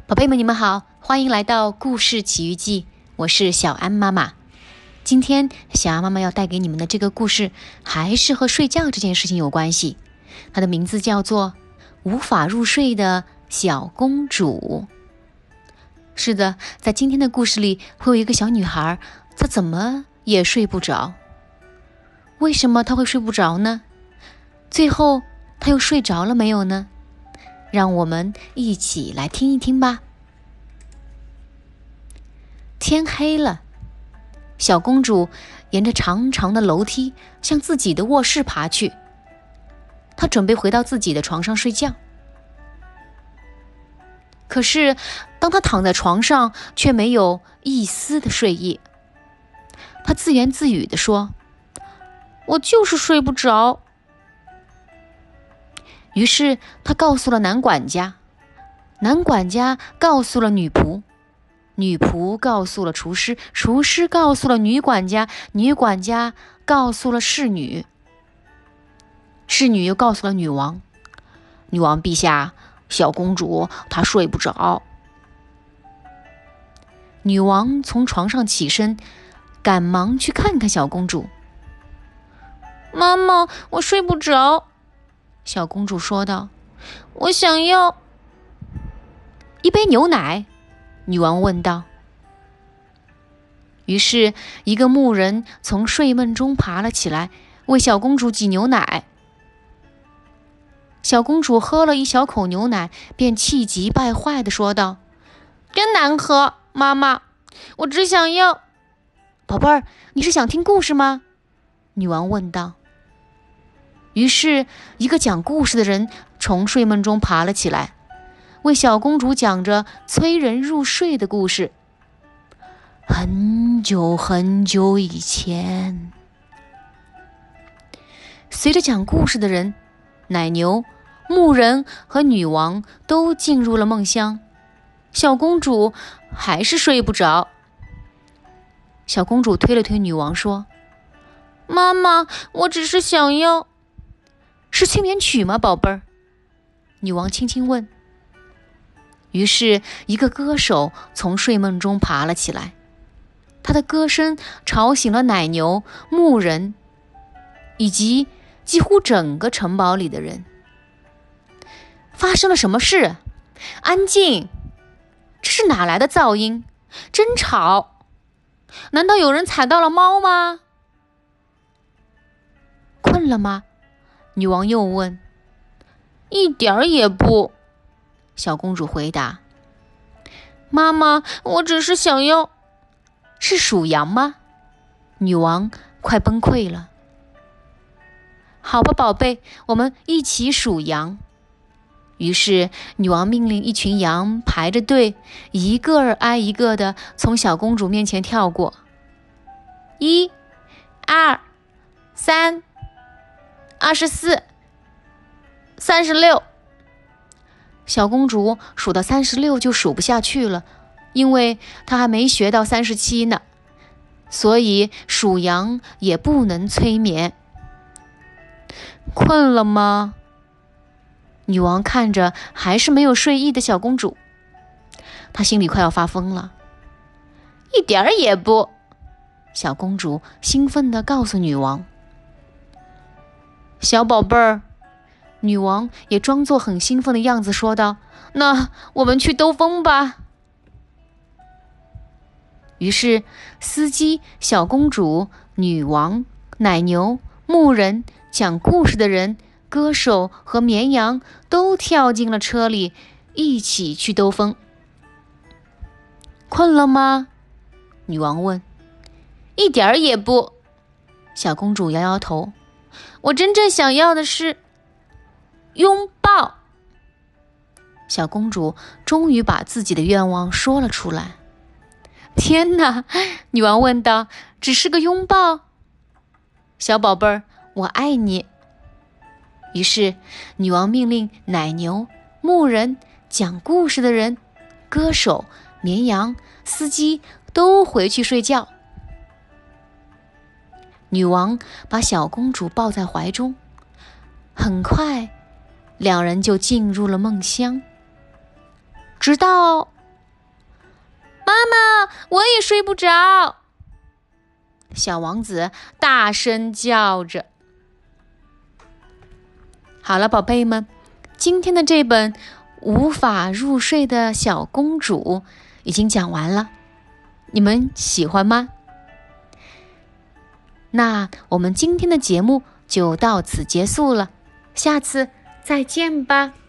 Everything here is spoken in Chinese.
宝贝们，你们好，欢迎来到故事奇遇记，我是小安妈妈。今天小安妈妈要带给你们的这个故事还是和睡觉这件事情有关系，它的名字叫做无法入睡的小公主。是的，在今天的故事里会有一个小女孩，她怎么也睡不着。为什么她会睡不着呢？最后她又睡着了没有呢？让我们一起来听一听吧。天黑了，小公主沿着长长的楼梯向自己的卧室爬去，她准备回到自己的床上睡觉。可是当她躺在床上，却没有一丝的睡意。她自言自语地说：我就是睡不着。于是她告诉了男管家，男管家告诉了女仆，女仆告诉了厨师，厨师告诉了女管家，女管家告诉了侍女，侍女又告诉了女王。女王陛下，小公主她睡不着。女王从床上起身，赶忙去看看小公主。妈妈，我睡不着。小公主说道：我想要一杯牛奶。女王问道。于是一个牧人从睡梦中爬了起来，为小公主挤牛奶。小公主喝了一小口牛奶，便气急败坏地说道：真难喝，妈妈，我只想要……宝贝儿，你是想听故事吗？女王问道。于是一个讲故事的人从睡梦中爬了起来，为小公主讲着催人入睡的故事。很久很久以前，随着讲故事的人，奶牛、牧人和女王都进入了梦乡，小公主还是睡不着。小公主推了推女王说：妈妈，我只是想要……是催眠曲吗，宝贝儿？女王轻轻问。于是一个歌手从睡梦中爬了起来，他的歌声吵醒了奶牛、牧人以及几乎整个城堡里的人。发生了什么事？安静！这是哪来的噪音？真吵！难道有人踩到了猫吗？困了吗？女王又问。一点儿也不，小公主回答。妈妈，我只是想要……是数羊吗？女王快崩溃了。好吧，宝贝，我们一起数羊。于是女王命令一群羊排着队，一个儿挨一个的从小公主面前跳过。1、2、3、24、36。小公主数到36就数不下去了，因为她还没学到37呢，所以数羊也不能催眠。困了吗？女王看着还是没有睡意的小公主，她心里快要发疯了。一点儿也不，小公主兴奋地告诉女王。小宝贝儿，女王也装作很兴奋的样子说道：那我们去兜风吧。于是司机、小公主、女王、奶牛、牧人、讲故事的人、歌手和绵羊都跳进了车里，一起去兜风。困了吗？女王问。一点儿也不，小公主摇摇头。我真正想要的是拥抱。小公主终于把自己的愿望说了出来。天哪，女王问道，只是个拥抱？小宝贝儿，我爱你。于是女王命令奶牛、牧人、讲故事的人、歌手、绵羊、司机都回去睡觉。女王把小公主抱在怀中，很快两人就进入了梦乡。直到妈妈，我也睡不着！小王子大声叫着。好了，宝贝们，今天的这本无法入睡的小公主已经讲完了，你们喜欢吗？那我们今天的节目就到此结束了，下次再见吧。